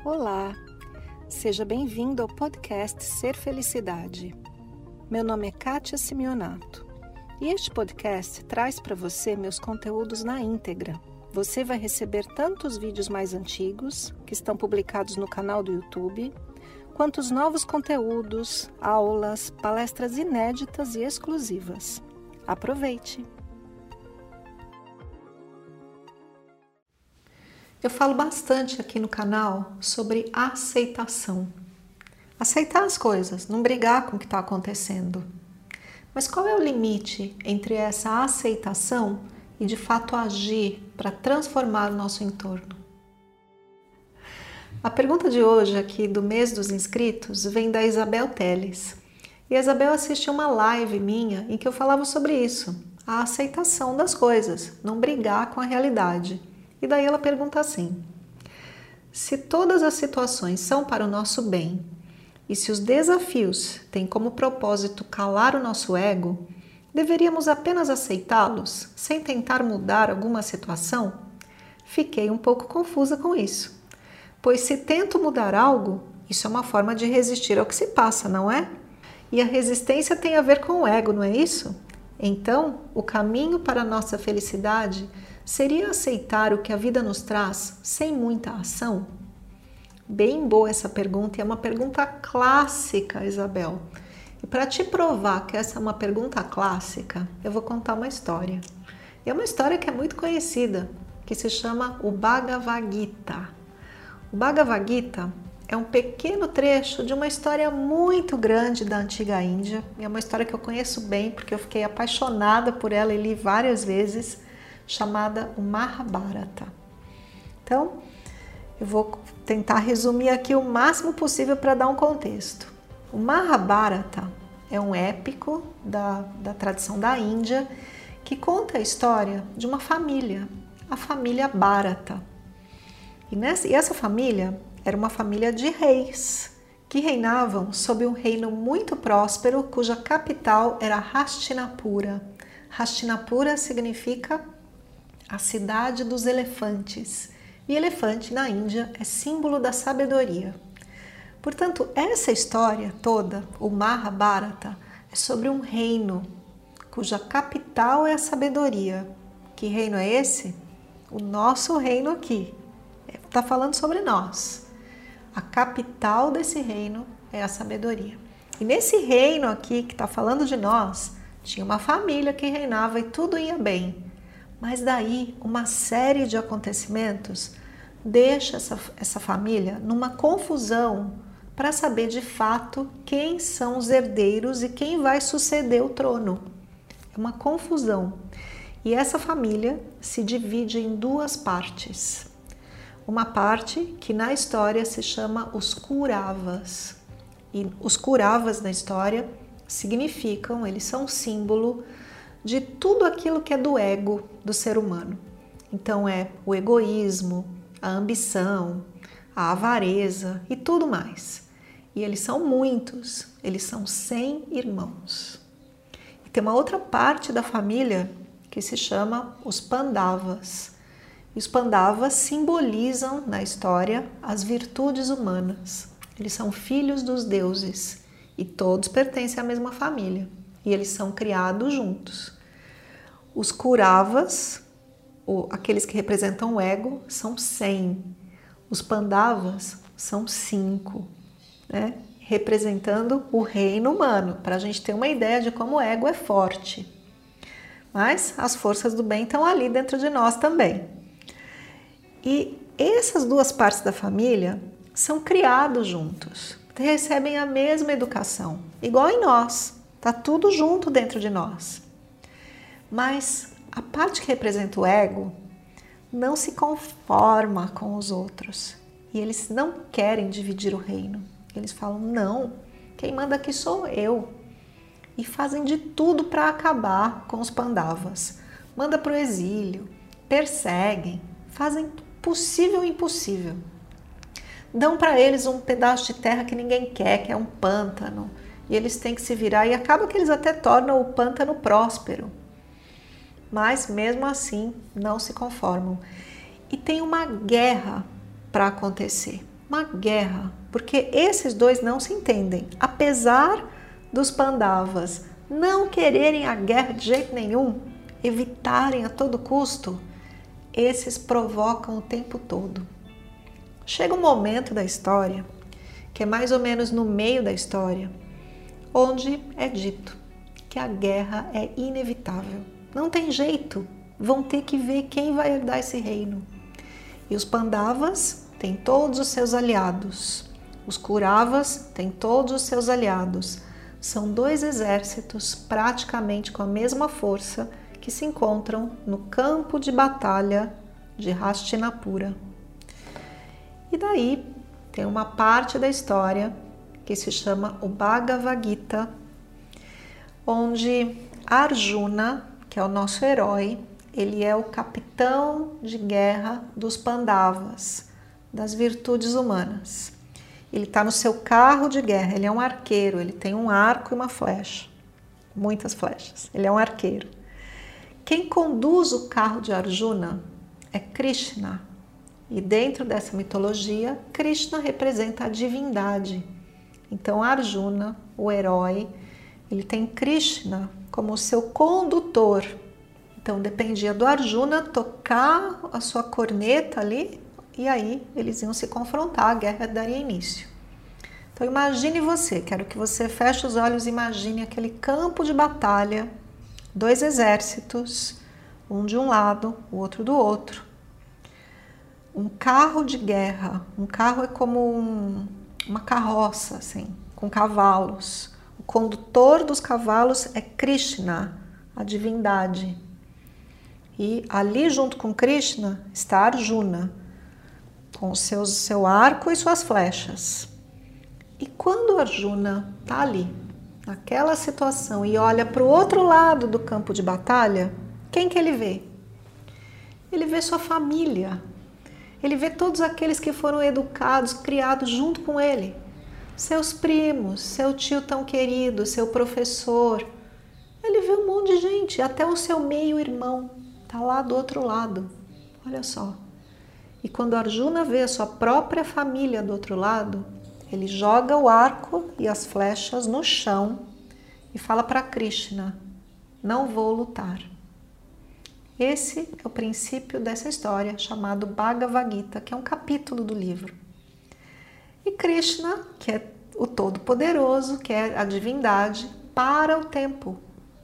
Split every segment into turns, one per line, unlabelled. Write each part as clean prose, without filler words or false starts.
Olá, seja bem-vindo ao podcast Ser Felicidade. Meu nome é Kátia Simeonato e este podcast traz para você meus conteúdos na íntegra. Você vai receber tanto os vídeos mais antigos, que estão publicados no canal do YouTube, quanto os novos conteúdos, aulas, palestras inéditas e exclusivas. Aproveite! Eu falo bastante aqui no canal sobre aceitação. Aceitar as coisas, não brigar com o que está acontecendo. Mas qual é o limite entre essa aceitação e de fato agir para transformar o nosso entorno? A pergunta de hoje aqui do mês dos inscritos vem da Isabel Teles. E a Isabel assistiu uma live minha em que eu falava sobre isso, a aceitação das coisas, não brigar com a realidade. E daí ela pergunta assim: se todas as situações são para o nosso bem e se os desafios têm como propósito calar o nosso ego, deveríamos apenas aceitá-los sem tentar mudar alguma situação? Fiquei um pouco confusa com isso, pois se tento mudar algo, isso é uma forma de resistir ao que se passa, não é? E a resistência tem a ver com o ego, não é isso? Então, o caminho para a nossa felicidade seria aceitar o que a vida nos traz sem muita ação? Bem boa essa pergunta, e é uma pergunta clássica, Isabel. E para te provar que essa é uma pergunta clássica, eu vou contar uma história. É uma história que é muito conhecida, que se chama o Bhagavad Gita. O Bhagavad Gita é um pequeno trecho de uma história muito grande da antiga Índia. É uma história que eu conheço bem, porque eu fiquei apaixonada por ela e li várias vezes, chamada o Mahabharata. Então, eu vou tentar resumir aqui o máximo possível para dar um contexto. O Mahabharata é um épico da tradição da Índia que conta a história de uma família, a família Bharata. E essa família era uma família de reis que reinavam sob um reino muito próspero, cuja capital era Hastinapura. Hastinapura significa a cidade dos elefantes. E elefante na Índia é símbolo da sabedoria. Portanto, essa história toda, o Mahabharata, é sobre um reino cuja capital é a sabedoria. Que reino é esse? O nosso reino aqui. Está falando sobre nós. A capital desse reino é a sabedoria. E nesse reino aqui que está falando de nós, tinha uma família que reinava e tudo ia bem. Mas daí uma série de acontecimentos deixa essa família numa confusão para saber de fato quem são os herdeiros e quem vai suceder o trono. É uma confusão. E essa família se divide em duas partes. Uma parte que na história se chama os Kauravas. E os Kauravas na história significam, eles são símbolo de tudo aquilo que é do ego do ser humano. Então é o egoísmo, a ambição, a avareza e tudo mais. E eles são muitos, eles são 100 irmãos. E tem uma outra parte da família que se chama os Pandavas. E os Pandavas simbolizam na história as virtudes humanas. Eles são filhos dos deuses e todos pertencem à mesma família. E eles são criados juntos. Os Kauravas, aqueles que representam o ego, são 100. Os Pandavas são 5, né? Representando o reino humano, para a gente ter uma ideia de como o ego é forte. Mas as forças do bem estão ali dentro de nós também. E essas duas partes da família são criados juntos, recebem a mesma educação, igual em nós. Está tudo junto dentro de nós. Mas a parte que representa o ego não se conforma com os outros. E eles não querem dividir o reino. Eles falam, não, quem manda aqui sou eu. E fazem de tudo para acabar com os Pandavas. Manda para o exílio, perseguem, fazem possível e impossível. Dão para eles um pedaço de terra que ninguém quer, que é um pântano. E eles têm que se virar, e acaba que eles até tornam o pântano próspero. Mas mesmo assim não se conformam. E tem uma guerra para acontecer. uma guerra, porque esses dois não se entendem. Apesar dos Pandavas não quererem a guerra de jeito nenhum, evitarem a todo custo, esses provocam o tempo todo. Chega um momento da história, que é mais ou menos no meio da história, onde é dito que a guerra é inevitável. Não tem jeito, vão ter que ver quem vai herdar esse reino. E os Pandavas têm todos os seus aliados, os Kauravas têm todos os seus aliados. São dois exércitos praticamente com a mesma força que se encontram no campo de batalha de Hastinapura. E daí tem uma parte da história que se chama o Bhagavad Gita, onde Arjuna, que é o nosso herói, ele é o capitão de guerra dos Pandavas, das virtudes humanas. Ele está no seu carro de guerra, ele é um arqueiro, ele tem um arco e uma flecha, muitas flechas, ele é um arqueiro. Quem conduz o carro de Arjuna é Krishna. E dentro dessa mitologia, Krishna representa a divindade. Então Arjuna, o herói, ele tem Krishna como seu condutor. Então dependia do Arjuna tocar a sua corneta ali e aí eles iam se confrontar, a guerra daria início. Então imagine você, quero que você feche os olhos e imagine aquele campo de batalha, dois exércitos, um de um lado, o outro do outro. Um carro de guerra, um carro é como uma carroça, assim, com cavalos. O condutor dos cavalos é Krishna, a divindade. E ali junto com Krishna está Arjuna, com o seu arco e suas flechas. E quando Arjuna está ali, naquela situação, e olha para o outro lado do campo de batalha, quem que ele vê? Ele vê sua família. Ele vê todos aqueles que foram educados, criados junto com ele. Seus primos, seu tio tão querido, seu professor. Ele vê um monte de gente, até o seu meio-irmão está lá do outro lado. Olha só. E quando Arjuna vê a sua própria família do outro lado, ele joga o arco e as flechas no chão e fala para Krishna: não vou lutar. Esse é o princípio dessa história, chamado Bhagavad Gita, que é um capítulo do livro. E Krishna, que é o Todo-Poderoso, que é a divindade, para o tempo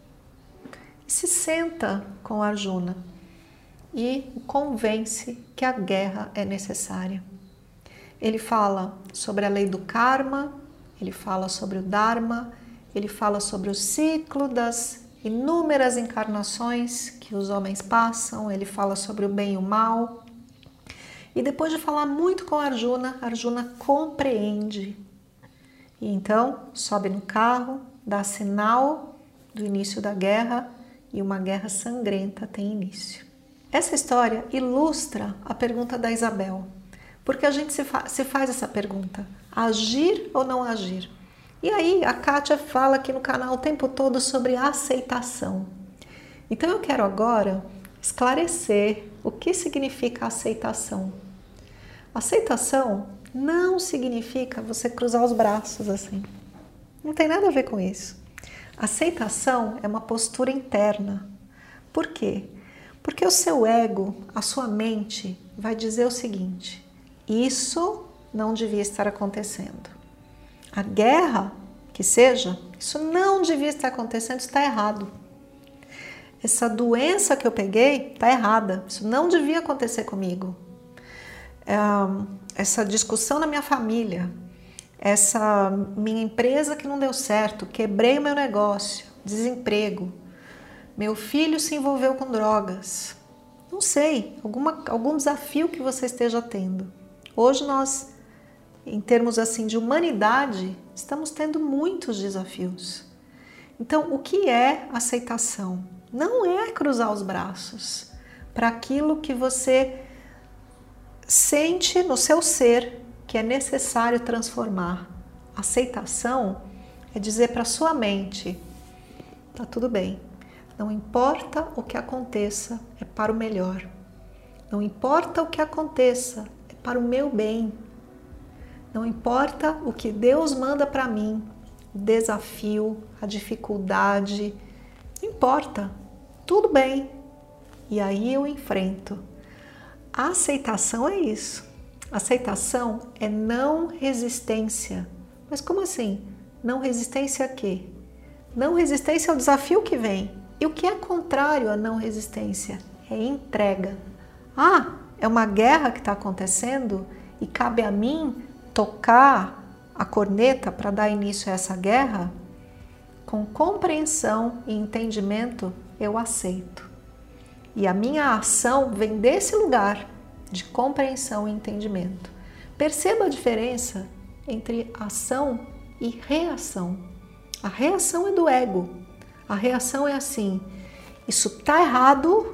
e se senta com Arjuna e o convence que a guerra é necessária. Ele fala sobre a lei do karma, ele fala sobre o dharma, ele fala sobre o ciclo das inúmeras encarnações que os homens passam, ele fala sobre o bem e o mal. E depois de falar muito com Arjuna, Arjuna compreende. E então sobe no carro, dá sinal do início da guerra e uma guerra sangrenta tem início. Essa história ilustra a pergunta da Isabel, porque a gente se faz essa pergunta: agir ou não agir? E aí a Kátia fala aqui no canal o tempo todo sobre aceitação. Então eu quero agora esclarecer o que significa aceitação. Aceitação não significa você cruzar os braços assim. Não tem nada a ver com isso. Aceitação é uma postura interna. Por quê? Porque o seu ego, a sua mente, vai dizer o seguinte: isso não devia estar acontecendo. A guerra, que seja, isso não devia estar acontecendo, isso está errado. Essa doença que eu peguei está errada, isso não devia acontecer comigo. Essa discussão na minha família, essa minha empresa que não deu certo, quebrei o meu negócio, desemprego, meu filho se envolveu com drogas, não sei, algum desafio que você esteja tendo. Hoje nós, em termos assim de humanidade, estamos tendo muitos desafios. Então, o que é aceitação? Não é cruzar os braços para aquilo que você sente no seu ser que é necessário transformar. Aceitação é dizer para sua mente: tá tudo bem, não importa o que aconteça, é para o melhor. Não importa o que aconteça, é para o meu bem. Não importa o que Deus manda para mim, o desafio, a dificuldade, não importa, tudo bem. E aí eu enfrento. A aceitação é isso. Aceitação é não resistência. Mas como assim? Não resistência a quê? Não resistência ao desafio que vem. E o que é contrário à não resistência? É entrega. Ah, é uma guerra que está acontecendo e cabe a mim tocar a corneta para dar início a essa guerra? Com compreensão e entendimento, eu aceito. E a minha ação vem desse lugar de compreensão e entendimento. Perceba a diferença entre ação e reação. A reação é do ego. A reação é assim: isso está errado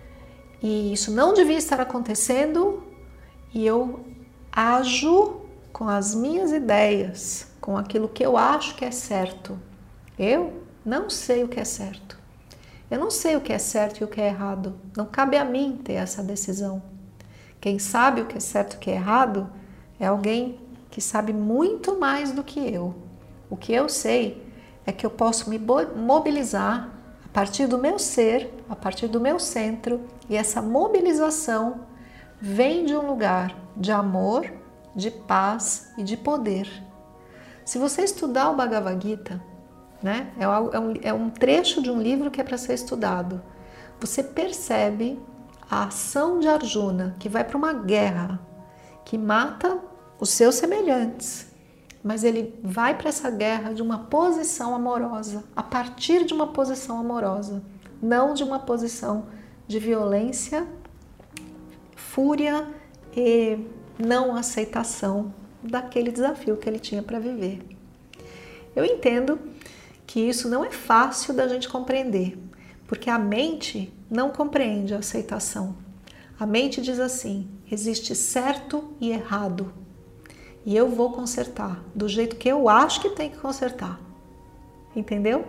e isso não devia estar acontecendo, e eu ajo com as minhas ideias, com aquilo que eu acho que é certo. Eu não sei o que é certo. Eu não sei o que é certo e o que é errado. Não cabe a mim ter essa decisão. Quem sabe o que é certo e o que é errado é alguém que sabe muito mais do que eu. O que eu sei é que eu posso me mobilizar a partir do meu ser, a partir do meu centro, e essa mobilização vem de um lugar de amor, de paz e de poder. Se você estudar o Bhagavad Gita, né, é um trecho de um livro que é para ser estudado, você percebe a ação de Arjuna, que vai para uma guerra, que mata os seus semelhantes, mas ele vai para essa guerra de uma posição amorosa, a partir de uma posição amorosa, não de uma posição de violência, fúria e não aceitação daquele desafio que ele tinha para viver. Eu entendo que isso não é fácil da gente compreender, porque a mente não compreende a aceitação. A mente diz assim: existe certo e errado, e eu vou consertar do jeito que eu acho que tem que consertar. Entendeu?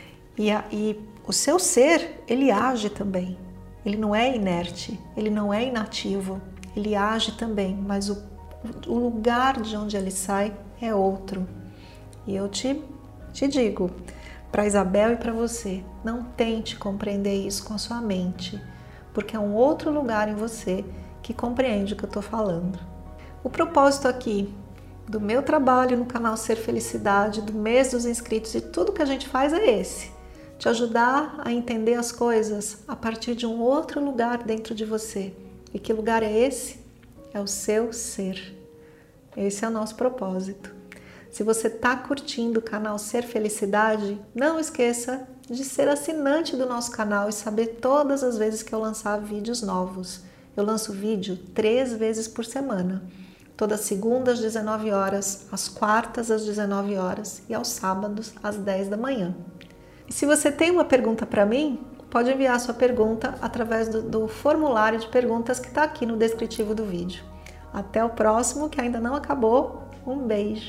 E o seu ser, ele age também. Ele não é inerte, ele não é inativo, ele age também, mas o lugar de onde ele sai é outro. E eu te digo, para Isabel e para você, não tente compreender isso com a sua mente, porque é um outro lugar em você que compreende o que eu estou falando. O propósito aqui do meu trabalho no canal Ser Felicidade, do mês dos inscritos e tudo que a gente faz é esse: te ajudar a entender as coisas a partir de um outro lugar dentro de você. E que lugar é esse? É o seu ser. Esse é o nosso propósito. Se você está curtindo o canal Ser Felicidade, não esqueça de ser assinante do nosso canal e saber todas as vezes que eu lançar vídeos novos. Eu lanço vídeo 3 vezes por semana. Todas as segundas às 19 horas, às quartas às 19 horas e aos sábados às 10 da manhã. E se você tem uma pergunta para mim, pode enviar sua pergunta através do formulário de perguntas que está aqui no descritivo do vídeo. Até o próximo, que ainda não acabou. Um beijo!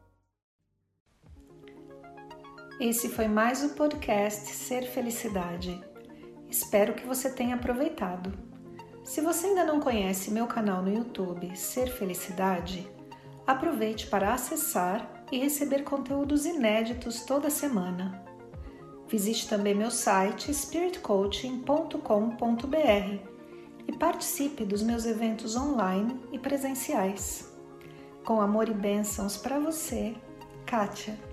Esse foi mais o podcast Ser Felicidade. Espero que você tenha aproveitado. Se você ainda não conhece meu canal no YouTube Ser Felicidade, aproveite para acessar e receber conteúdos inéditos toda semana. Visite também meu site spiritcoaching.com.br e participe dos meus eventos online e presenciais. Com amor e bênçãos para você, Kátia.